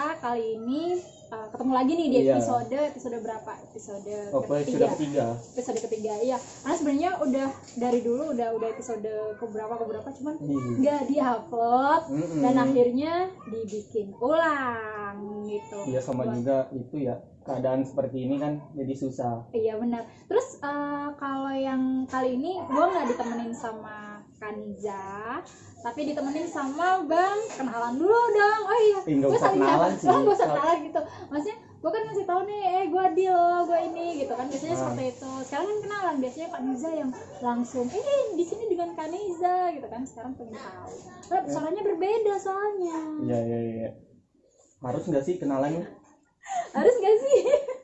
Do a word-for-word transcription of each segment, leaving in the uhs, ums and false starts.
kita kali ini uh, ketemu lagi nih di iya. episode episode berapa? Episode oh, ketiga. Episode ketiga. Episode ketiga, iya. Karena sebenarnya udah dari dulu udah udah episode keberapa keberapa cuman nggak hmm. diupload mm-hmm. dan akhirnya dibikin ulang gitu. Iya sama Buat. juga itu ya keadaan seperti ini kan jadi susah. Iya benar. Terus uh, kalau yang kali ini gue nggak ditemenin sama Kaniza, tapi ditemenin sama Bang. Kenalan dulu dong. Oh iya. Gue saling kenalan sih. Oh, gue usah kenalan gitu. Maksudnya gue kan ngasih tahu nih, eh gue Adil, gue ini gitu kan. Biasanya nah. seperti itu. Sekarang kan kenalan. Biasanya Kaniza yang langsung, eh di sini dengan Kaniza gitu kan. Sekarang pengen tahu. Nah, suaranya berbeda soalnya. Iya iya iya. Harus nggak sih kenalan? Harus nggak sih?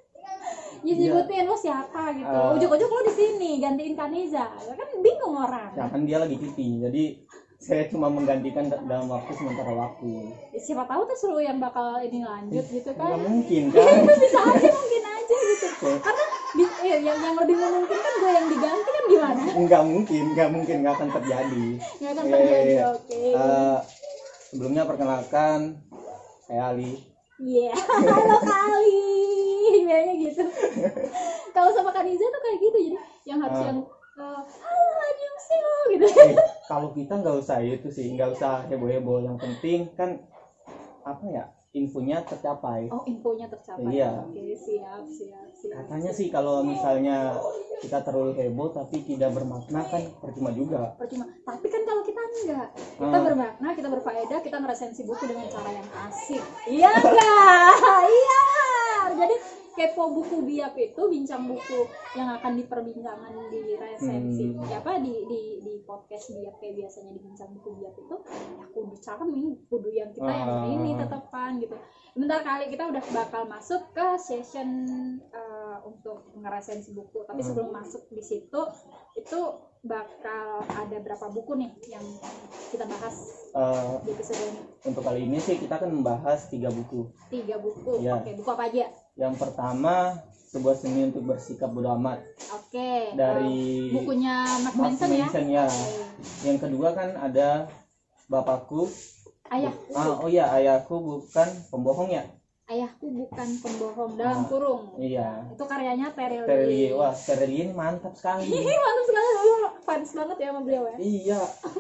Ya nyebutin lo siapa gitu. Uh, Ujuk-ujuk lo di sini gantiin Kaniza. Kan bingung orang. Ya kan dia lagi cuti. Jadi saya cuma menggantikan dalam waktu sementara waktu. Ya, siapa tahu tuh seru yang bakal ini lanjut gitu kan. Nggak mungkin kan. Bisa aja mungkin aja gitu. Karena eh, yang yang lebih mungkin kan gue yang diganti kan gimana? Nggak mungkin, nggak mungkin, nggak akan terjadi. Nggak akan terjadi, eh, oke. Okay. Uh, sebelumnya perkenalkan saya Ali. Iya, yeah. Halo Kali. Kayaknya gitu. Kalau sama Kaniza tuh kayak gitu, jadi yang harus uh, yang uh, halo Anyungseo gitu. Eh, kalau kita nggak usah itu sih, nggak usah heboh-heboh. Yang penting kan apa ya, infonya tercapai. Oh, infonya tercapai. Iya. Oke, siap, siap, siap. Katanya sih kalau misalnya kita terlalu heboh tapi tidak bermakna kan percuma juga. Percuma. Tapi kan kalau kita enggak, kita hmm. bermakna, kita berfaedah, kita meresensi buku dengan cara yang asik. Iya enggak? Iya. Jadi kepo buku biap itu bincang buku yang akan diperbincangkan di resensi hmm. ya apa di di di podcast biap kayak biasanya di bincang buku biap itu ya kudu charming, kudu yang kita ah. yang ini tetepan gitu. Bentar kali kita udah bakal masuk ke session uh, untuk ngeresensi buku, tapi sebelum hmm. masuk di situ itu bakal ada berapa buku nih yang kita bahas uh, di episode ini. Untuk kali ini sih kita akan membahas tiga buku. Tiga buku. Ya. Oke, buku apa aja? Yang pertama sebuah seni untuk bersikap bodo amat. Oke. Dari uh, bukunya Mark Manson ya. ya. Okay. Yang kedua kan ada Bapakku. Ayahku. Ah, oh iya, ayahku bukan pembohong ya. Ayahku bukan pembohong dalam kurung. Iya. Itu karyanya Terelie. Terelie, wah Terelie ini mantap sekali. Mantap sekali, lu fans banget ya sama beliau ya. Iya.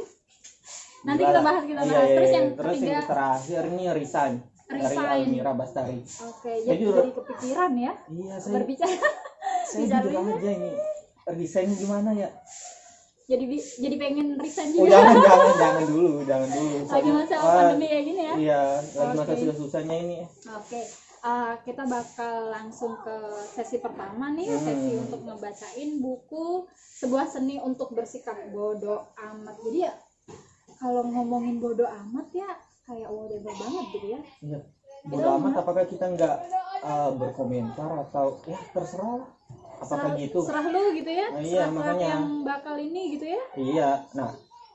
Nanti kita bahas kita bahas. Iya, terus yang terus ketiga, yang terakhir ini Resign dari Almira Bastari. Oke, jadi juga, jadi kepikiran ya. Iya, saya berbicara. Saya juga aja ini. Resign gimana ya? Jadi jadi pengen resign juga. Oh, jangan jangan jangan dulu, jangan dulu. Lagi masa ah, pandemi kayak gini ya. Iya, lagi okay. masa susah-susahnya ini. Oke. Okay. Uh, kita bakal langsung ke sesi pertama nih, hmm. sesi untuk ngebacain buku Sebuah Seni untuk Bersikap Bodo Amat. Jadi ya kalau ngomongin bodo amat ya kayak whatever banget gitu ya. Iya. Bodo amat apakah kita nggak uh, berkomentar atau ya terserah. Apakah serah, gitu? Serah lu gitu ya. Nah, iya, makanya yang bakal ini gitu ya. Iya. Nah,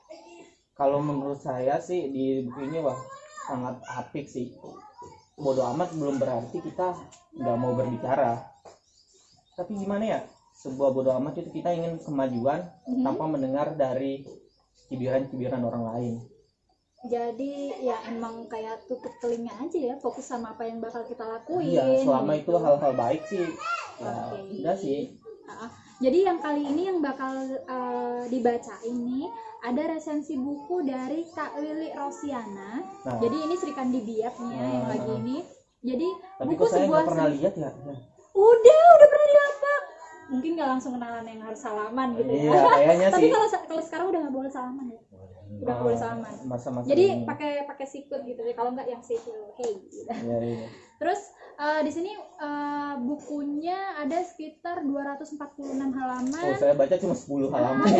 kalau menurut saya sih di buku ini wah sangat apik sih. Bodo amat belum berarti kita nggak mau berbicara. Tapi gimana ya? Sebuah bodo amat itu kita ingin kemajuan mm-hmm. tanpa mendengar dari cibiran-cibiran orang lain. Jadi ya emang kayak tutup telinga aja ya, fokus sama apa yang bakal kita lakuin. Iya, selama gitu. Itu hal-hal baik sih. Ya, okay. Udah sih. Uh, jadi yang kali ini yang bakal uh, dibaca ini ada resensi buku dari Kak Lili Rosiana. Nah. Jadi ini Sri Kandi Biak nih ya, nah. yang lagi ini. Jadi tapi buku kok saya sebuah nggak pernah lihat ya. Udah, udah pernah lihat Pak. Mungkin nggak langsung kenalan yang harus salaman gitu ya. Iya, kayaknya tapi sih. kalau kalau sekarang udah nggak boleh salaman ya. Udah nggak oh, boleh salaman. Masa-masa jadi pakai pakai sikut gitu ya. Kalau nggak yang civil, hey. Gitu. Iya, iya. Terus uh, di sini uh, bukunya ada sekitar dua ratus empat puluh enam halaman. Oh, saya baca cuma sepuluh halaman.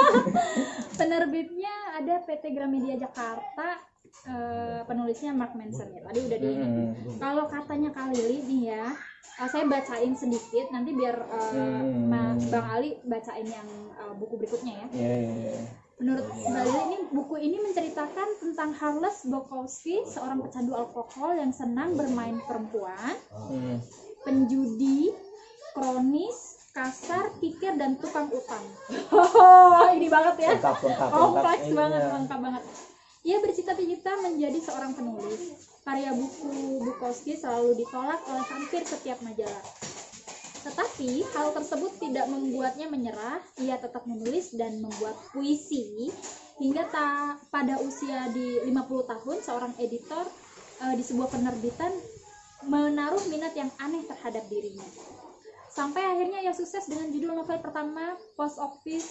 Penerbitnya ada P T Gramedia Jakarta. Uh, penulisnya Mark Manson ya. Tadi udah di hmm. Kalau katanya Kak Lili nih ya, uh, saya bacain sedikit nanti biar uh, hmm. Mas Bang Ali bacain yang uh, buku berikutnya ya. Yeah, yeah, yeah. Menurut Mbak Lili ini buku ini menceritakan tentang Charles Bukowski, seorang pecandu alkohol yang senang bermain perempuan, hmm. penjudi, kronis, kasar, kikir, dan tukang utang. Oh, ini banget ya. Lengkap, lengkap, kompleks lengkap. banget, iya. lengkap banget. Ia bercita-cita menjadi seorang penulis. Karya buku Bukowski selalu ditolak oleh hampir setiap majalah. Tetapi hal tersebut tidak membuatnya menyerah. Ia tetap menulis dan membuat puisi hingga ta- pada usia di lima puluh tahun seorang editor e, di sebuah penerbitan menaruh minat yang aneh terhadap dirinya. Sampai akhirnya ia sukses dengan judul novel pertama Post Office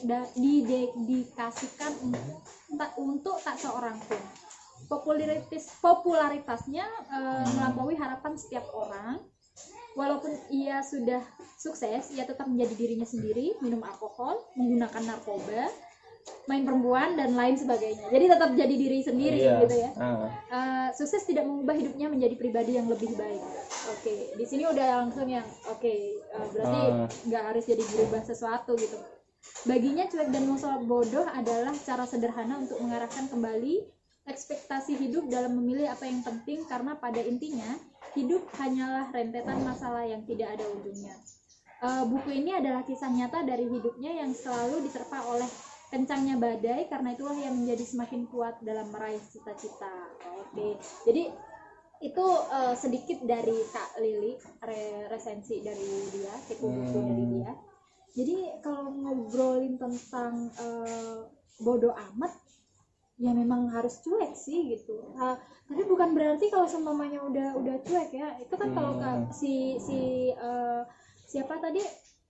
didedikasikan untuk, untuk tak seorang pun. Popularitas, popularitasnya e, melampaui harapan setiap orang. Walaupun ia sudah sukses, ia tetap menjadi dirinya sendiri, minum alkohol, menggunakan narkoba, main perempuan dan lain sebagainya. Jadi tetap jadi diri sendiri, iya, gitu ya. Uh. Uh, sukses tidak mengubah hidupnya menjadi pribadi yang lebih baik. Oke, okay. Di sini udah langsung yang oke, okay, uh, berarti nggak uh. harus jadi berubah sesuatu gitu. Baginya cuek dan musuh bodoh adalah cara sederhana untuk mengarahkan kembali ekspektasi hidup dalam memilih apa yang penting, karena pada intinya hidup hanyalah rentetan masalah yang tidak ada ujungnya. Uh, buku ini adalah kisah nyata dari hidupnya yang selalu diterpa oleh kencangnya badai, karena itulah yang menjadi semakin kuat dalam meraih cita-cita. Oke, okay. Jadi itu uh, sedikit dari Kak Lili, re- resensi dari dia, tipe buku hmm. dari dia. Jadi kalau ngobrolin tentang uh, bodoh amat, ya memang harus cuek sih gitu. Uh, tapi bukan berarti kalau seumpamanya udah udah cuek ya. Itu kan kalau hmm. si si uh, siapa tadi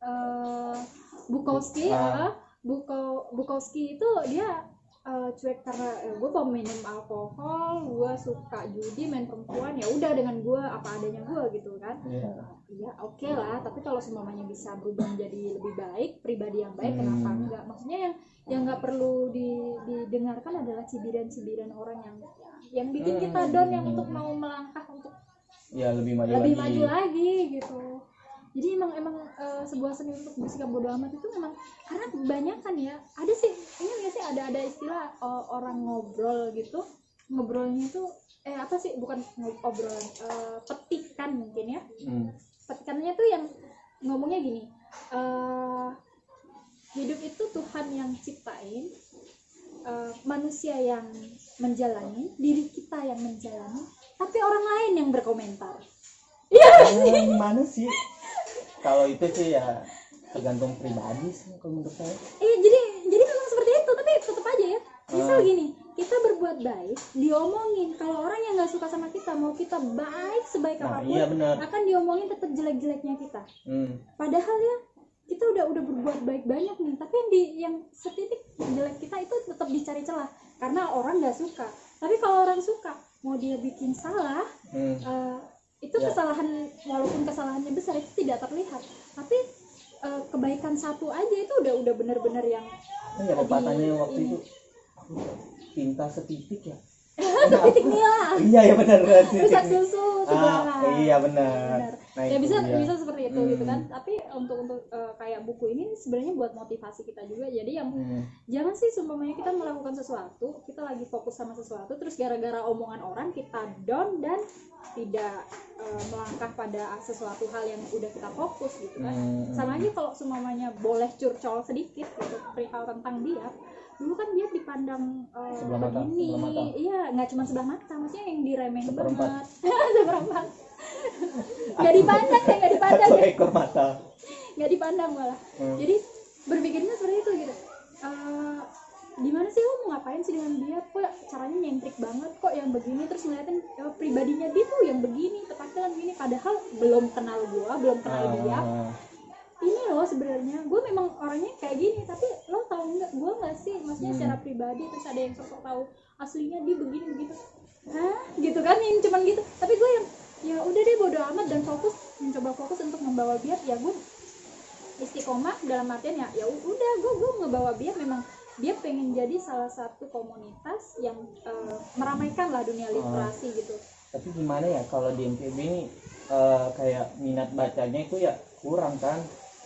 uh, Bukowski, uh. Buko, Bukowski itu dia uh, cuek karena eh, gue peminum alkohol, gue suka judi, main perempuan, ya udah dengan gue apa adanya gue gitu kan. Yeah. Ya oke okay lah, tapi kalau semuanya bisa berubah menjadi lebih baik, pribadi yang baik, hmm. kenapa enggak? Maksudnya yang yang nggak perlu di, didengarkan adalah cibiran-cibiran orang yang yang bikin kita down, yang untuk mau melangkah untuk ya lebih maju lebih lagi. maju lagi gitu. Jadi emang emang uh, sebuah seni untuk bersikap bodo amat itu memang karena kebanyakan ya, ada sih ini nggak sih ada ada istilah uh, orang ngobrol gitu, ngobrolnya itu eh apa sih bukan ngobrol uh, petikan mungkin ya. Hmm. Petikannya tuh yang ngomongnya gini, uh, hidup itu Tuhan yang ciptain, uh, manusia yang menjalani, diri kita yang menjalani, tapi orang lain yang berkomentar. Iya sih. Mana sih? Kalau itu sih ya tergantung pribadi sih kalau menurut saya. Iya, jadi jadi memang seperti itu, tapi tetap aja ya. Misal uh. gini, kita berbuat baik, diomongin. Kalau orang yang nggak suka sama kita, mau kita baik sebaik nah, apapun, iya akan diomongin tetap jelek-jeleknya kita. Hmm. Padahal ya kita udah udah berbuat baik banyak nih, tapi yang di yang setitik jelek kita itu tetap dicari celah karena orang nggak suka. Tapi kalau orang suka, mau dia bikin salah. Hmm. Uh, itu ya. Kesalahan, walaupun kesalahannya besar itu tidak terlihat, tapi e, kebaikan satu aja itu udah udah benar-benar yang ya pepatahnya waktu ini. Itu cinta setitik ya. Setitik nila. Iya ya benar benar. Rusak susu ah, iya benar. Nah, ya bisa dia. bisa seperti itu hmm. gitu kan. Tapi untuk untuk uh, kayak buku ini sebenarnya buat motivasi kita juga. Jadi yang hmm. jangan sih seumpamanya kita melakukan sesuatu, kita lagi fokus sama sesuatu, terus gara-gara omongan orang kita down dan tidak uh, melangkah pada sesuatu hal yang udah kita fokus gitu kan. Hmm. Sama aja kalau seumpamanya boleh curcol sedikit gitu perihal tentang dia. Dulu kan dia dipandang uh, sebelah mata, begini, sebelah mata. Iya nggak cuma sebelah mata, maksudnya yang diremehin banget. Seperempat. Nggak dipandang ya, nggak dipandang. Satu ekor mata. Nggak dipandang malah. Hmm. Jadi berpikirnya seperti itu gitu. Uh, gimana sih lo mau ngapain sih dengan dia? Kok caranya nyentrik banget, kok yang begini, terus ngeliatin uh, pribadinya dia tuh yang begini, ketampilan begini, padahal belum kenal gua, belum kenal uh. dia. Ini loh sebenarnya gue memang orangnya kayak gini, tapi lo tahu nggak gue nggak sih, maksudnya hmm. secara pribadi, terus ada yang sosok tahu aslinya dia begini begitu, hah gitu kan, yang cuman gitu. Tapi gue yang ya udah deh bodo amat dan fokus, mencoba fokus untuk membawa biar ya gue istiqomah dalam artian ya ya udah gue gue ngebawa biar memang dia pengen jadi salah satu komunitas yang uh, meramaikan lah dunia literasi oh. gitu. Tapi gimana ya kalau di M P B ini uh, kayak minat bacanya itu ya kurang kan?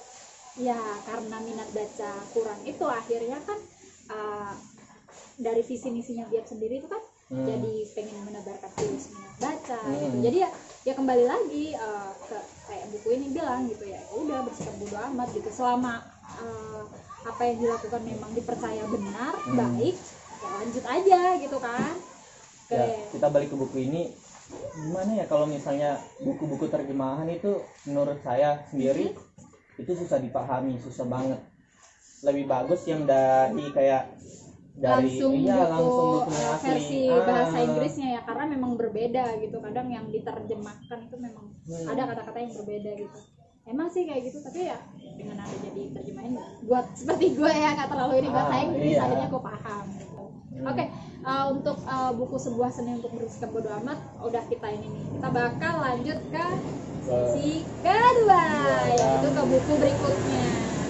Ya karena minat baca kurang itu akhirnya kan uh, dari visi misinya biar sendiri itu kan hmm. jadi pengen menebarkan virus minat baca hmm. gitu. Jadi ya ya kembali lagi uh, ke kayak buku ini bilang gitu ya udah bersikap bodo amat gitu selama uh, apa yang dilakukan memang dipercaya benar hmm. baik, ya lanjut aja gitu kan. Oke. Ya, kita balik ke buku ini. Gimana ya kalau misalnya buku-buku terjemahan itu menurut saya sendiri hmm. itu susah dipahami, susah banget. Lebih bagus yang dari kayak dari langsung iya buku, langsung bukunya asli versi ah. bahasa Inggrisnya ya, karena memang berbeda gitu. Kadang yang diterjemahkan itu memang hmm. ada kata-kata yang berbeda gitu. Emang sih kayak gitu, tapi ya dengan ada jadi terjemahin buat seperti gue ya nggak terlalu ini bahasa ah, Inggris, iya. akhirnya gue paham gitu. Hmm. Oke, okay, uh, untuk uh, buku sebuah seni untuk bersikap bodo amat udah kita ini nih. Kita bakal lanjut ke sesi kedua, yaitu ke buku berikutnya.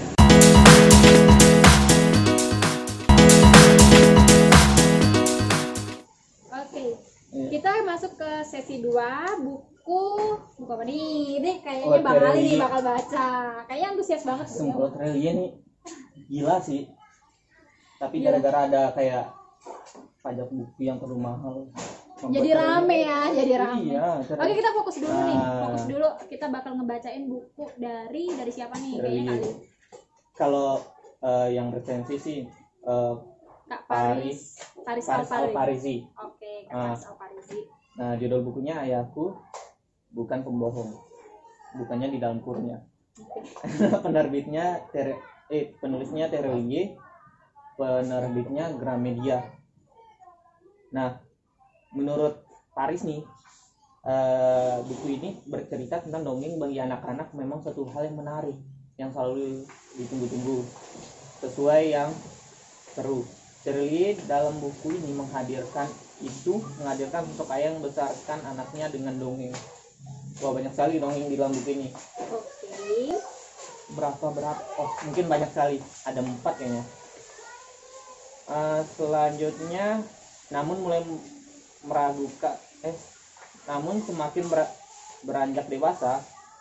Oke, okay, yeah. Kita masuk ke sesi dua, buku buku apa nih? Ini kayaknya oh, Bang Ali nih bakal baca. Kayaknya antusias banget. Semprot Relia nih gila sih. Tapi gara-gara ada kayak pajak buku yang terlalu mahal. Jadi rame ya, jadi rame. Iya, oke, kita fokus dulu nah. nih. Fokus dulu, kita bakal ngebacain buku dari dari siapa nih dari, kayaknya kali. Kalau uh, yang resensi sih uh, Kak Paris Paris, Paris Al-Parisi. Oke, Kak Paris Al-Parisi. Nah, judul bukunya Ayahku Bukan Pembohong. Bukannya di dalam kurnya. Okay. Penerbitnya Tere, eh penulisnya Terelie, penerbitnya Gramedia. Nah, menurut Paris nih, uh, buku ini bercerita tentang dongeng bagi anak-anak memang satu hal yang menarik, yang selalu ditunggu-tunggu, sesuai yang seru. Terelie dalam buku ini menghadirkan itu, menghadirkan sosok ayah yang membesarkan anaknya dengan dongeng. Wah, banyak sekali dongeng di dalam buku ini. Oke. Berapa berapa? Oh, mungkin banyak sekali. Ada empat kayaknya. Uh, selanjutnya, namun mulai meragukan eh namun semakin ber, beranjak dewasa,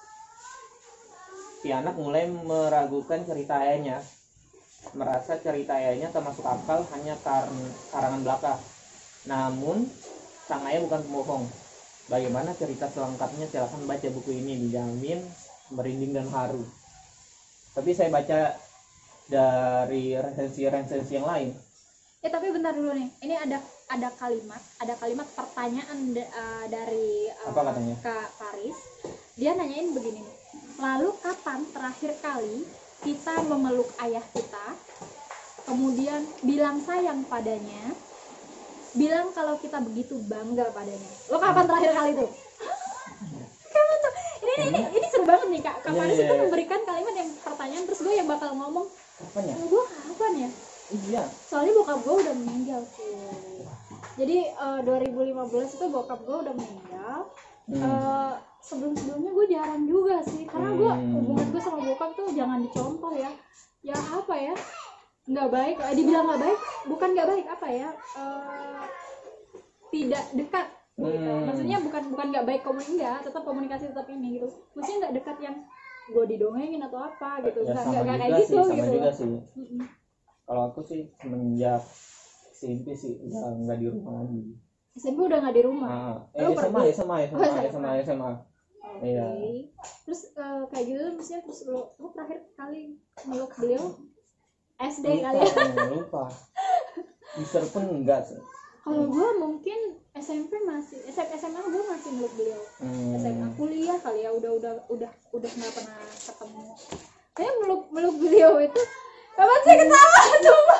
si anak mulai meragukan cerita ayahnya, merasa cerita ayahnya termasuk akal hanya karena karangan belaka. Namun sang ayah bukan pembohong. Bagaimana cerita selengkapnya? Silakan baca buku ini, dijamin merinding dan haru. Tapi saya baca dari resensi-resensi yang lain. Ya tapi bentar dulu nih, ini ada ada kalimat, ada kalimat pertanyaan de, uh, dari uh, apa katanya? Kak Paris. Dia nanyain begini, lalu kapan terakhir kali kita memeluk ayah kita, kemudian bilang sayang padanya, bilang kalau kita begitu bangga padanya. Lo kapan terakhir kali tuh? Kapan tuh? Ini ini, ini ini seru banget nih Kak. Kak Paris yeah, yeah, yeah. itu memberikan kalimat yang pertanyaan, terus gue yang bakal ngomong. Kapan ya? Gue kapan ya? Iya. Soalnya bokap gue udah meninggal tuh. Jadi uh, dua ribu lima belas itu bokap gue udah meninggal. Hmm. Uh, sebelum-sebelumnya gue jarang juga sih, karena gue hmm. hubungan gue sama bokap tuh jangan dicontoh ya. Ya apa ya? Nggak baik. Eh, dibilang nggak baik, bukan nggak baik apa ya? Uh, tidak dekat. Gitu. Hmm. Maksudnya bukan bukan nggak baik komunikasi, enggak, tetap komunikasi tetap ini gitu. Maksudnya nggak dekat yang gue didongengin atau apa gitu. Ya, nggak nggak kayak sih, gitu sama gitu. Juga sih. Mm-mm. Kalau aku sih semenjak S M P sih udah nggak di rumah lagi. S M P udah nggak di rumah? Ah, eh S M A, S M A, S M A, S M A, S M A. Oke. Iya. Terus uh, kayak gitu maksudnya terus lo, lo terakhir kali meluk beliau S D lupa, kali ya? Lupa. Bisa pun enggak sih. Kalau gue mungkin S M P masih, S M A gue masih meluk beliau. Hmm. S M A kuliah kali ya udah udah udah udah nggak pernah ketemu. Saya meluk meluk beliau itu kapan sih ketawa coba?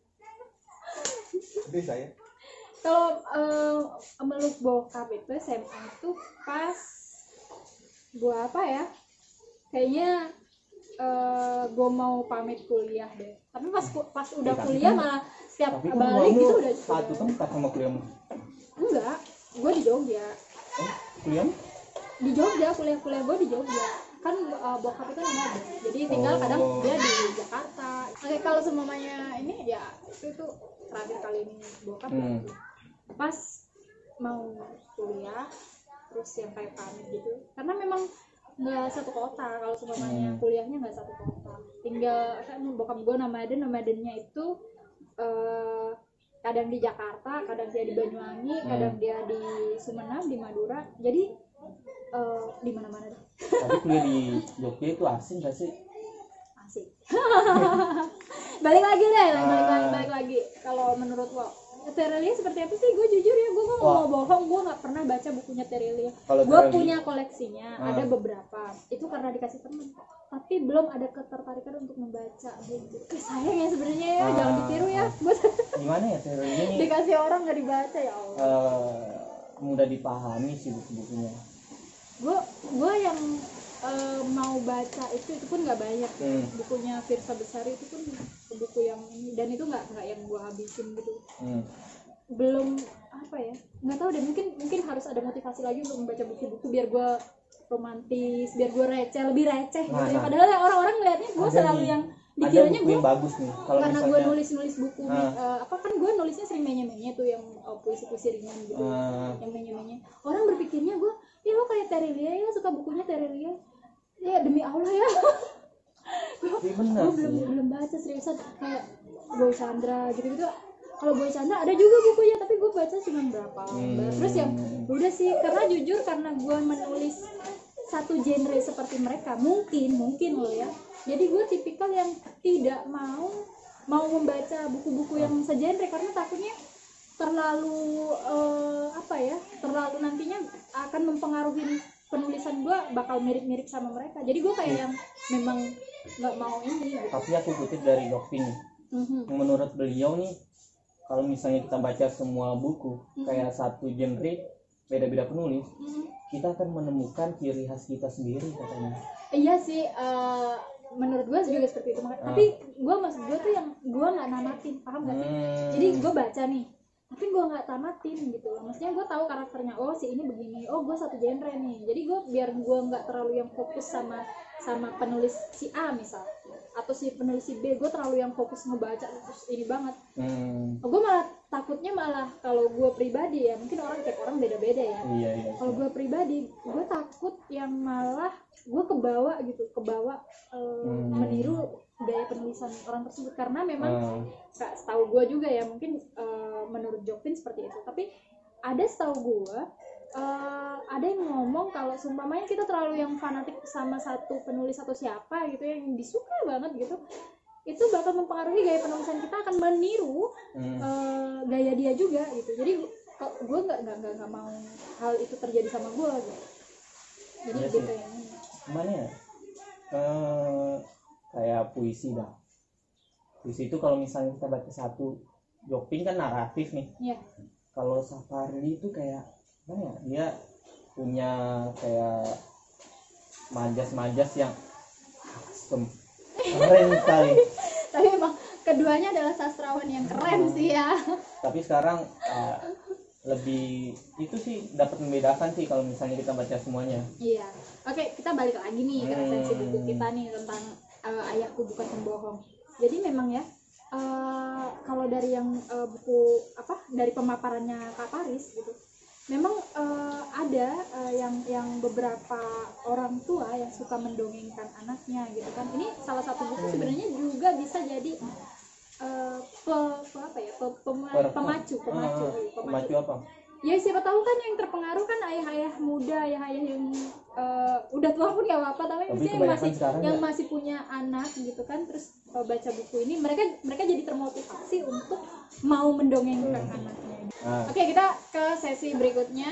Jadi saya. Kalau uh, meluk bokap itu S M A itu pas gua apa ya? Kayaknya uh, gua mau pamit kuliah deh. Tapi pas pas udah ya, kuliah kan, malah setiap balik gitu udah satu tempat sama kuliahmu. Enggak, gua di Jogja. Oh, kuliahmu? Di Jogja, kuliah-kuliah gua di Jogja. Kan uh, bokap itu nomad, jadi tinggal oh. kadang dia di Jakarta. Oke, kalau semuanya ini ya itu itu terakhir kali ini bokap hmm. pas mau kuliah terus yang kayak pamit gitu, karena memang nggak satu kota. Kalau semuanya hmm. kuliahnya nggak satu kota, tinggal kan bokap gue nomaden, nomadennya itu uh, kadang di Jakarta, kadang dia di Banyuwangi, hmm. kadang dia di Sumeneb, di Madura, jadi uh, di mana-mana deh. Tapi kuliah di Jogja itu asing gak sih? Asik. Balik lagi deh, balik lagi, balik lagi. Kalau menurut lo Terelia seperti apa sih? Gue jujur ya, gue nggak mau bohong, gue nggak pernah baca bukunya Terelia. Gue punya koleksinya, ah. ada beberapa. Itu karena dikasih temen. Tapi belum ada ketertarikan untuk membaca buku. Eh, sayang ya sebenarnya ya, ah. jangan ditiru ya. Gimana ya Terelia ini? Dikasih orang nggak dibaca ya Allah. Uh, mudah dipahami sih buku-bukunya. Gue gue yang uh, mau baca itu itu pun nggak banyak. Hmm. Bukunya Firsa Besari itu pun buku yang ini, dan itu nggak nggak yang gue habisin gitu. Hmm. Belum apa ya, nggak tahu deh, mungkin mungkin harus ada motivasi lagi untuk membaca buku-buku biar gue romantis, biar gue receh, lebih receh nah, gitu ya. Padahal ya orang-orang ngeliatnya gue selalu nih, yang dikiranya gue bagus nih kalau karena misalnya, gue nulis-nulis buku uh, uh, apa kan gue nulisnya sering menye-menye tuh yang uh, puisi-puisi ringan gitu, uh, yang menye-menye. Orang berpikirnya gue, ya lo kayak Terelia ya, suka bukunya Terelia ya, demi Allah ya. gue belum belum baca seriusan kayak Boy Chandra gitu-gitu. Kalau Boy Chandra ada juga bukunya, tapi gue baca cuma berapa lembar. Hmm. Terus yang udah sih, karena jujur karena gue menulis satu genre seperti mereka, mungkin mungkin loh ya. Jadi gue tipikal yang tidak mau mau membaca buku-buku yang segenre karena takutnya terlalu uh, apa ya, terlalu nantinya akan mempengaruhi penulisan gue bakal mirip-mirip sama mereka. Jadi gue kayak yang memang nggak mau ini gitu. Tapi aku kutip dari Dokpin nih, mm-hmm. menurut beliau nih, kalau misalnya kita baca semua buku mm-hmm. kayak satu genre, beda-beda penulis, mm-hmm. kita akan menemukan ciri khas kita sendiri katanya. Iya sih, uh, menurut gue juga seperti itu. Uh. Tapi gue maksud gue tuh yang gue nggak namatin, paham nggak sih? Hmm. Jadi gue baca nih, tapi gue nggak tamatin gitu loh. Maksudnya gue tahu karakternya, oh si ini begini, oh gue satu genre nih. Jadi gue biar gue nggak terlalu yang fokus sama sama penulis si A misal, atau si penulis si B, gue terlalu yang fokus ngebaca terus ini banget. Hmm. Gue malah takutnya malah kalau gue pribadi ya, mungkin orang tiap orang beda-beda ya. Iya, iya, kalau gue pribadi, gue takut yang malah gue kebawa gitu, kebawa uh, hmm. meniru gaya penulisan orang tersebut karena memang uh. gak setahu gue juga ya, mungkin uh, menurut Jokpin seperti itu. Tapi ada setahu gue uh, ada yang ngomong kalau seumpamanya kita terlalu yang fanatik sama satu penulis atau siapa gitu yang disuka banget gitu, itu bakal mempengaruhi gaya penulisan kita, akan meniru hmm. uh, gaya dia juga gitu. Jadi kok gue nggak nggak nggak mau hal itu terjadi sama gue gitu. Jadi ya gitu ya. Gimana ya? Uh, kayak puisi dah. Puisi itu kalau misalnya kita baca satu, Jokpin kan naratif nih. Yeah. Kalau Sapardi itu kayak mana ya? Dia punya kayak majas-majas yang asem, keren sekali. Tapi emang keduanya adalah sastrawan yang keren hmm. sih ya. Tapi sekarang uh, lebih itu sih dapat membedakan sih kalau misalnya kita baca semuanya. Iya. Oke, kita balik lagi nih ke resensi hmm. buku kita nih tentang uh, Ayahku Bukan Pembohong. Jadi memang ya uh, kalau dari yang uh, buku apa dari pemaparannya Kak Paris gitu, memang uh, ada uh, yang yang beberapa orang tua yang suka mendongengkan anaknya gitu kan. Ini salah satu buku hmm. sebenarnya juga bisa jadi uh, pe, pe apa ya pe, pema, pemacu pemacu uh, pemacu pemacu apa? Ya siapa tahu kan yang terpengaruh kan ayah-ayah muda, ayah-ayah yang uh, udah tua pun gak apa-apa, tapi, tapi misalnya yang masih yang ya? masih punya anak gitu kan, terus uh, baca buku ini, mereka mereka jadi termotivasi untuk mau mendongengkan hmm. anaknya. Ah. Oke, kita ke sesi berikutnya.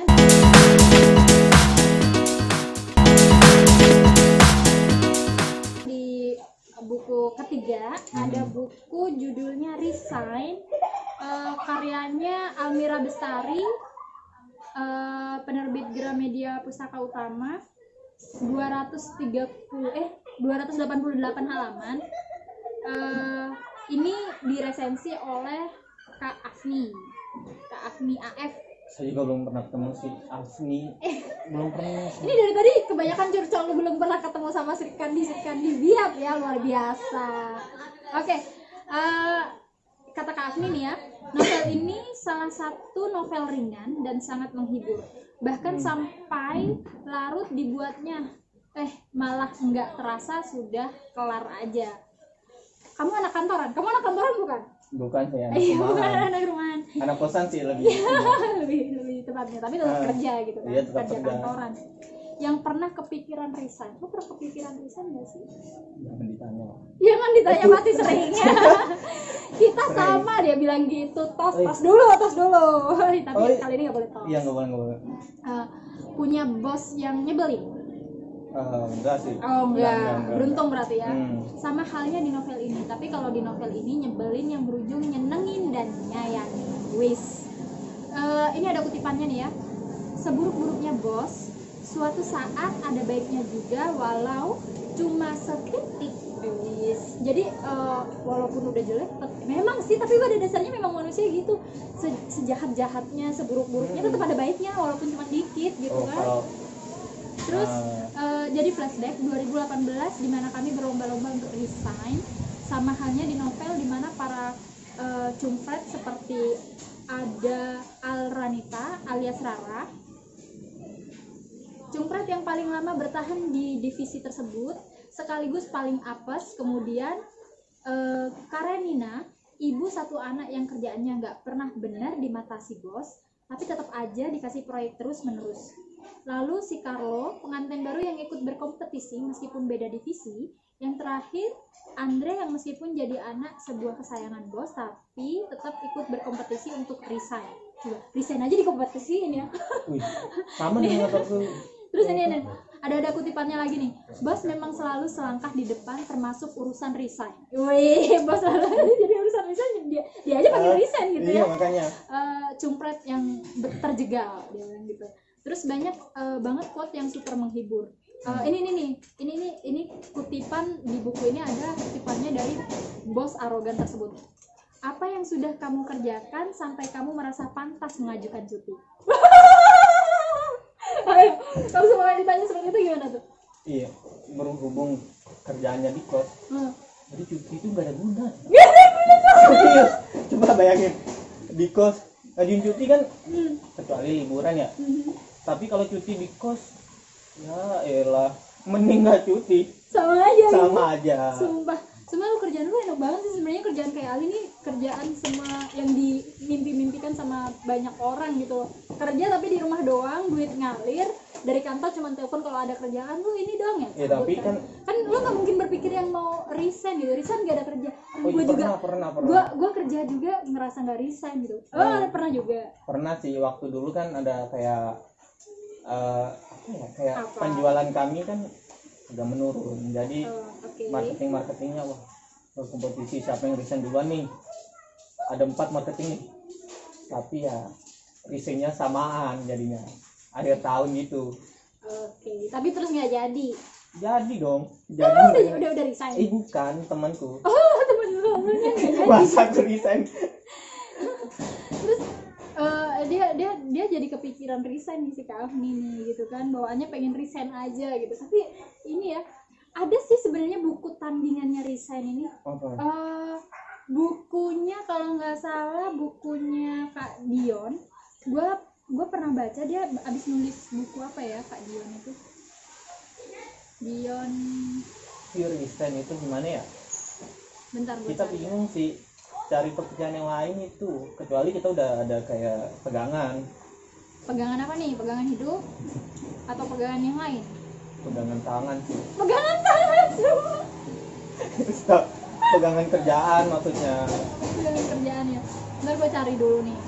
Di buku ketiga hmm. ada buku judulnya Resign, uh, karyanya Almira Bestari. Uh, penerbit Gramedia Pustaka Utama, dua ratus tiga puluh eh dua ratus delapan puluh delapan halaman. Uh, ini diresensi oleh Kak Afni, Kak Afni A F. Saya juga belum pernah ketemu si Afni. Eh, belum pernah. Ini dari tadi kebanyakan curcol, lu belum pernah ketemu sama Sri Kandi Sri Kandi Biap ya, luar biasa. Oke, okay. uh, kata Kak Afni nih ya, novel ini salah satu novel ringan dan sangat menghibur. Bahkan hmm. sampai larut dibuatnya, eh malah nggak terasa sudah kelar aja. Kamu anak kantoran? Kamu anak kantoran bukan? Bukan saya. Anak iya, bukan anak rumahan. Anak kosan sih lebih. lebih lebih tepatnya, tapi tetap uh, kerja gitu kan, iya, kerja kerja kantoran. Yang pernah kepikiran resign, lu pernah kepikiran resign nggak sih? Jangan ditanya. Jangan ditanya, pasti seringnya. Kita sama deh, bilang gitu. Tos, Oh, iya. tos dulu, tos dulu. Tapi Oh, iya. kali ini nggak boleh tos. Iya nggak boleh nggak boleh. Uh, punya bos yang nyebelin. Eh, enggak sih. Oh enggak, enggak, enggak. beruntung berarti ya. Hmm. Sama halnya di novel ini. Tapi kalau di novel ini nyebelin yang berujung nyenengin dan nyayangin. Wis. Uh, ini ada kutipannya nih ya. Seburuk-buruknya bos, suatu saat ada baiknya juga walau cuma setitik. Wis. Jadi uh, walaupun udah jelek, tet- memang sih, tapi pada dasarnya memang manusia gitu. Se- sejahat-jahatnya, seburuk-buruknya Hmm. tetap ada baiknya walaupun cuma dikit gitu Oh, kan. kalau Terus Ah. uh, jadi flashback dua ribu delapan belas di mana kami berlomba-lomba untuk resign, sama halnya di novel di mana para uh, cumpret seperti ada Alranita alias Rara, cumpret yang paling lama bertahan di divisi tersebut, sekaligus paling apes. Kemudian uh, Karenina, ibu satu anak yang kerjaannya nggak pernah benar di mata si bos, tapi tetap aja dikasih proyek terus menerus. Lalu si Carlo, pengantin baru yang ikut berkompetisi meskipun beda divisi. Yang terakhir, Andre yang meskipun jadi anak sebuah kesayangan bos, tapi tetap ikut berkompetisi untuk resign. Coba, resign aja dikompetisiin ya. Wih, sama dengan aku. Terus ini, ini ada ada kutipannya lagi nih. Bos memang selalu selangkah di depan termasuk urusan resign. Wih, bos selalu jadi urusan resign, dia dia aja panggil resign gitu Iya ya. makanya. Uh, cumpret yang ber- terjegal dia bilang gitu. Terus banyak uh, banget quote yang super menghibur. Uh, ini ini nih, ini ini ini kutipan di buku ini ada kutipannya dari bos arogan tersebut. Apa yang sudah kamu kerjakan sampai kamu merasa pantas mengajukan cuti? Ayo, kalau semua ditanya seperti itu gimana tuh? Iya, berhubung kerjaannya di kos, Hmm. jadi cuti itu nggak ada guna. Gak ada guna. Serius, coba bayangin di kos ngajuin cuti kan, Hmm. kecuali liburan ya. Hmm. Tapi kalau cuti di kos, ya elah, mending nggak cuti, Sama aja. sama aja. Sumpah, semua lu kerjaan lu enak banget sih sebenarnya. Kerjaan kayak Ali nih kerjaan semua yang dimimpi-mimpikan sama banyak orang gitu loh. Kerja tapi di rumah doang, duit ngalir, dari kantor cuma telepon kalau ada kerjaan. Lu ini doang ya? Ya tapi kan, kan lu nggak mungkin berpikir yang mau resign gitu. Resign gak ada kerja. oh, Gue pernah, juga pernah, pernah, gue gue kerja juga ngerasa nggak resign gitu. Oh, Hmm. pernah juga. pernah sih waktu dulu kan ada kayak eh, apa ya, kayak Apa? penjualan kami kan udah menurun. Jadi Oh, oke. marketing marketingnya wah berkompetisi siapa yang resign duluan nih. Ada empat marketing nih, tapi ya resignnya samaan jadinya akhir tahun gitu. Oke, tapi terus nggak jadi. Jadi dong, Oh, jadi udah udah udah resign. eh bukan temanku. Oh, temen lu lu kan nggak jadi. Masa aku resign? Terus eh, dia dia dia jadi kepikiran resign nih si Kak Afni nih gitu kan, bawaannya pengen resign aja gitu. Tapi ini ya, ada sih sebenarnya buku tandingannya resign ini. Apa? Eh, bukunya kalau nggak salah bukunya Kak Dion. Gue gue pernah baca, dia abis nulis buku apa ya Kak Dion itu. Dion, Pure resign itu gimana ya? bentar gue Kita cari. bingung sih cari pekerjaan yang lain itu, kecuali kita udah ada kayak pegangan, Pegangan apa nih? Pegangan hidup atau pegangan yang lain? pegangan tangan sih. Pegangan tangan. Stop. Pegangan kerjaan maksudnya. Pegangan kerjaan ya. Bentar gue cari dulu nih.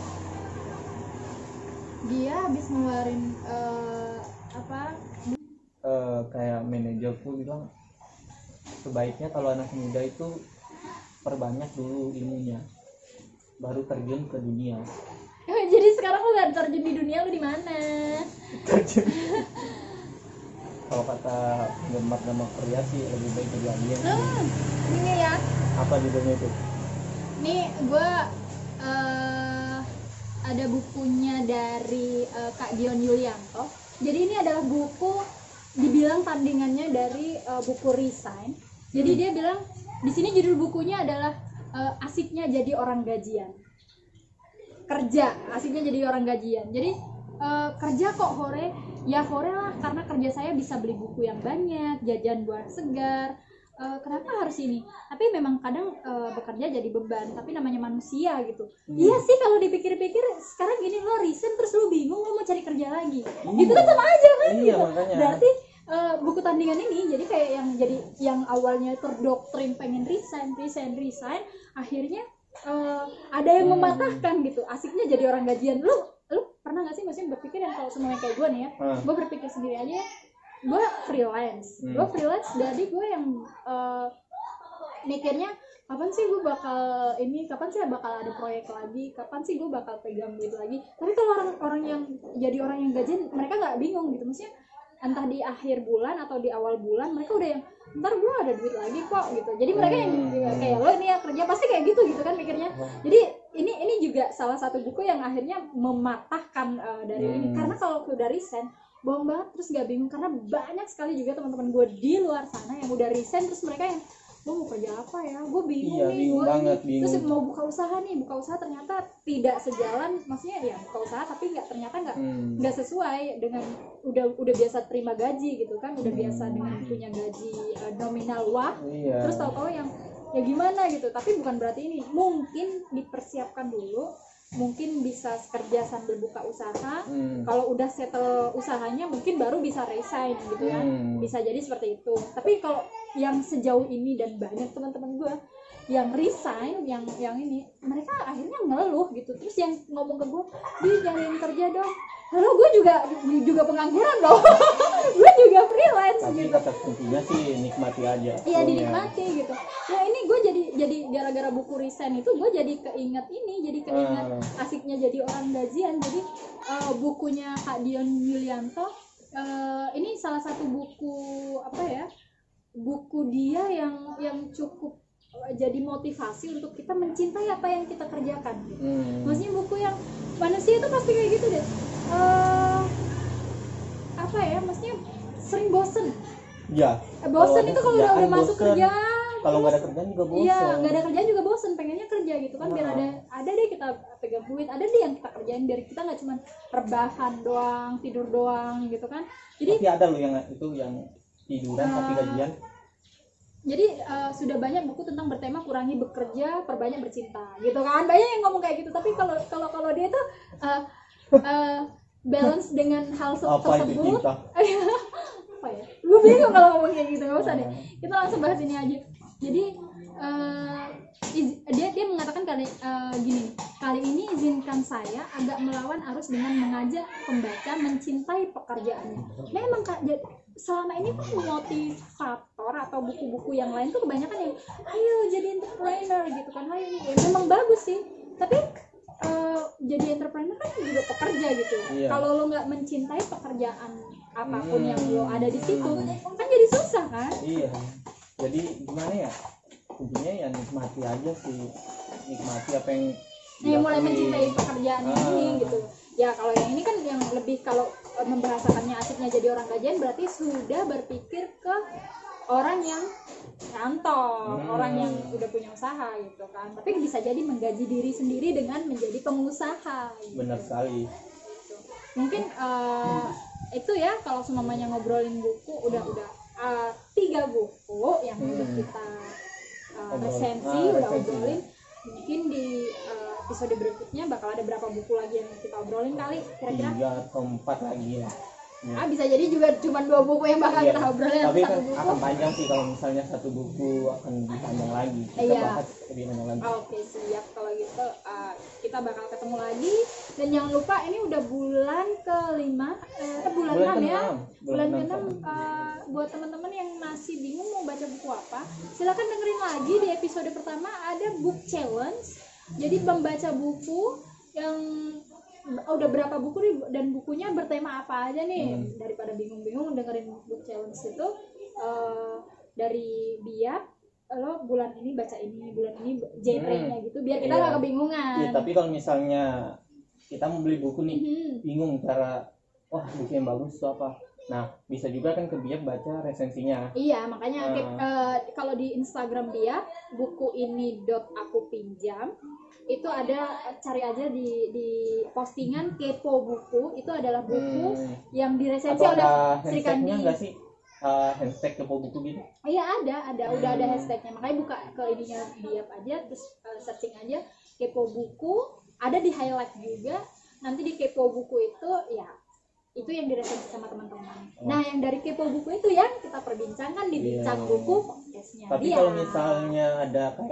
Dia habis ngeluarin eh, apa? Eh, kayak manajerku bilang sebaiknya kalau anak muda itu perbanyak dulu ilmunya, baru terjun ke dunia. Jadi sekarang lu gak terjun di dunia, lu di mana? Terjun. Kalau kata penggemar drama Korea sih lebih baik jadi alien. Hmm, ini ya. Apa judulnya itu? Nih gue eh, ada bukunya dari eh, Kak Dion Yulianto. Jadi ini adalah buku dibilang tandingannya dari eh, buku Resign. Jadi dia bilang di sini judul bukunya adalah eh, asiknya jadi orang gajian. Kerja, asiknya jadi orang gajian. Jadi eh, kerja kok hore, ya hore lah karena kerja saya bisa beli buku yang banyak, jajan buah segar. Eh, kenapa harus ini? Tapi memang kadang eh, bekerja jadi beban, tapi namanya manusia gitu. Hmm. Iya sih kalau dipikir-pikir sekarang gini, lo resign terus lo bingung lo mau cari kerja lagi. Iya. Itu kan sama aja kan Iya, gitu. makanya. Berarti eh, buku tandingan ini jadi kayak yang jadi yang awalnya terdoktrin pengen resign, resign, resign, akhirnya uh, ada yang Hmm. mematahkan gitu. Asiknya jadi orang gajian. Lu lu pernah nggak sih maksudnya berpikir yang kalau semuanya kayak gue nih ya, Hmm. gue berpikir sendiri aja ya, gue freelance, Hmm. gue freelance jadi gue yang uh, mikirnya kapan sih gue bakal ini, kapan sih bakal ada proyek lagi, kapan sih gue bakal pegang duit lagi. Tapi kalau orang-orang yang jadi orang yang gajian, mereka nggak bingung gitu, maksudnya entah di akhir bulan atau di awal bulan mereka udah yang ntar gue ada duit lagi kok gitu. Jadi mereka yang Hmm. kayak lo ini ya kerja pasti kayak gitu gitu kan mikirnya. Jadi ini ini juga salah satu buku yang akhirnya mematahkan uh, dari Hmm. ini, karena kalau udah resign bohong banget terus gak bingung, karena banyak sekali juga teman-teman gue di luar sana yang udah resign terus mereka yang gue mau kerja apa ya, gue bingung Iya, nih, bingung gue banget, ini bingung. terus mau buka usaha nih, buka usaha ternyata tidak sejalan, maksudnya ya buka usaha tapi nggak, ternyata nggak Hmm. nggak sesuai dengan udah udah biasa terima gaji gitu kan, udah Hmm. biasa dengan punya gaji uh, nominal wah, Iya. terus tahu-tahu yang ya gimana gitu. Tapi bukan berarti ini, mungkin dipersiapkan dulu, mungkin bisa kerja sambil buka usaha. Hmm. Kalau udah settle usahanya mungkin baru bisa resign gitu ya. Hmm. Bisa jadi seperti itu. Tapi kalau yang sejauh ini dan banyak teman-teman gue yang resign, yang yang ini, mereka akhirnya ngeluh gitu. Terus yang ngomong ke gue, "Di cariin kerja dong." Lalu gue juga juga pengangguran loh. Gue juga freelance Tapi gitu. kata kuncinya sih nikmati aja. Iya, flownya. dinikmati gitu. Ya ini gue jadi jadi gara-gara buku resign itu gue jadi keinget ini, jadi keinget Ah. asiknya jadi orang gajian. Jadi uh, bukunya Kak Dion Yulianto, uh, ini salah satu buku apa ya? Buku dia yang yang cukup uh, jadi motivasi untuk kita mencintai apa yang kita kerjakan gitu. Hmm. Maksudnya buku yang manusia itu pasti kayak gitu deh. Uh, apa ya? Maksudnya sering bosen. Ya. Eh, bosen Kalau itu ada kalau udah, udah kerjaan, masuk bosen. kerja. Kalau nggak ada kerjaan juga bosan. Iya, nggak ada kerjaan juga bosen, pengennya kerja gitu kan, biar Nah. ada ada deh kita pegang duit, ada deh yang kita kerjain, biar kita nggak cuma rebahan doang, tidur doang gitu kan. Jadi Tapi ada loh yang itu yang tiduran Ah. tapi gajian. jadi uh, sudah banyak buku tentang bertema kurangi bekerja, perbanyak bercinta gitu kan. Banyak yang ngomong kayak gitu, tapi kalau kalau kalau dia tuh uh, uh, balance dengan hal se- Apa itu tersebut. cinta? Apa ya? Gue bingung kalau ngomong kayak gitu, nggak usah deh. Ah. Kita langsung bahas ini aja. Jadi uh, iz- dia dia mengatakan kali uh, gini, kali ini izinkan saya agak melawan arus dengan mengajak pembaca mencintai pekerjaannya. Memang Kak, ja- selama ini kan motivator atau buku-buku yang lain tuh kebanyakan yang ayo jadi entrepreneur gitu kan, ayo ini ya, memang bagus sih, tapi uh, jadi entrepreneur kan juga pekerja gitu. Iya. Kalau lo nggak mencintai pekerjaan apapun Hmm. yang lo ada di situ, kan jadi susah kan. Iya. Jadi gimana ya? Kuncinya ya nikmati aja sih. Nikmati apa yang Nih mulai dilakuin. mencintai pekerjaan Ah. ini gitu. Ya kalau yang ini kan yang lebih, kalau eh, membahasakannya asiknya jadi orang gajian, berarti sudah berpikir ke orang yang kantor, Hmm. orang yang udah punya usaha gitu kan. Tapi bisa jadi menggaji diri sendiri dengan menjadi pengusaha. Gitu. Benar sekali. Gitu. Mungkin eh, itu ya kalau semuanya ngobrolin buku, udah udah eh, tiga buku yang Hmm. udah kita uh, Obrol. resensi, Ah, udah resensi. obrolin. Mungkin di uh, episode berikutnya bakal ada berapa buku lagi yang kita obrolin kali kira-kira. Tiga atau empat lagi lah. Ya. Ah, bisa jadi juga cuma dua buku yang bakal Iya. kita obrolin, Tapi atau kan satu buku. akan panjang sih kalau misalnya satu buku akan lebih panjang lagi. Kita Iya. bahas lebih panjang lagi. Oke, siap kalau gitu. Uh, kita bakal ketemu lagi, dan jangan lupa ini udah bulan kelima, eh bulan Bulan enam ya. keenam. Bulan Bulan keenam. keenam. Uh, buat teman-teman yang masih bingung mau baca buku apa, silakan dengerin lagi di episode pertama, ada book challenge. Jadi membaca buku yang udah berapa buku nih dan bukunya bertema apa aja nih. Hmm. Daripada bingung-bingung, dengerin book challenge itu uh, dari Biak, lo bulan ini baca ini, bulan ini genre-nya gitu, biar kita Iya. nggak kebingungan. Iya, tapi kalau misalnya kita mau beli buku nih, Mhm. bingung cara, wah buku yang bagus tuh apa? Nah, bisa juga kan ke Biak baca resensinya. Iya, makanya Ah. ke- eh, kalau di Instagram dia buku ini dot aku pinjam itu ada, cari aja di di postingan kepo buku, itu adalah buku Hmm. yang diresensi Atau oleh ada Sri hashtagnya Kandi. nggak sih? Uh, hashtag kepo buku gitu. Iya ada, ada udah ada Hmm. hashtagnya, makanya buka ke ininya dia aja, terus eh, searching aja kepo buku, ada di highlight juga. Nanti di kepo buku itu ya itu yang diresensi sama teman-teman. Oh. Nah yang dari kepo buku itu yang kita perbincangkan di Iya. bincang buku podcastnya Tapi dia. kalau misalnya ada kayak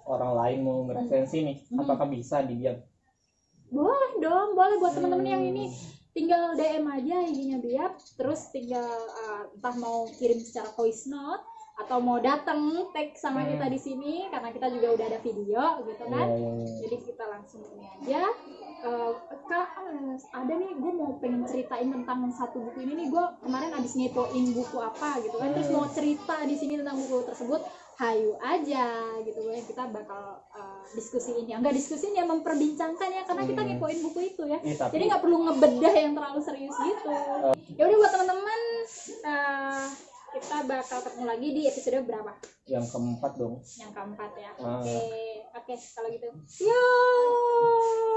orang lain mau ngeresensi nih, Hmm. apakah bisa dibiar? Boleh dong, boleh buat teman-teman Hmm. yang ini tinggal D M aja I G-nya Biap, terus tinggal uh, entah mau kirim secara voice note atau mau datang tag sama Hmm. kita di sini karena kita juga udah ada video gitu kan. Iya, iya, iya. Jadi kita langsung ini aja. Uh, Kak, uh, ada nih gue mau pengen ceritain tentang satu buku ini nih, gue kemarin abis ngepoin buku apa gitu kan, terus mau cerita di sini tentang buku tersebut, hayu aja gitu kan, kita bakal uh, diskusiin ya, enggak diskusiin ya, memperbincangkan ya, karena kita Hmm. ngepoin buku itu ya. Iya, tapi Jadi nggak perlu ngebedah yang terlalu serius gitu. Ya udah buat teman-teman, uh, kita bakal ketemu lagi di episode berapa? yang keempat dong. Yang keempat ya. Ah. Oke, oke kalau gitu. Yo.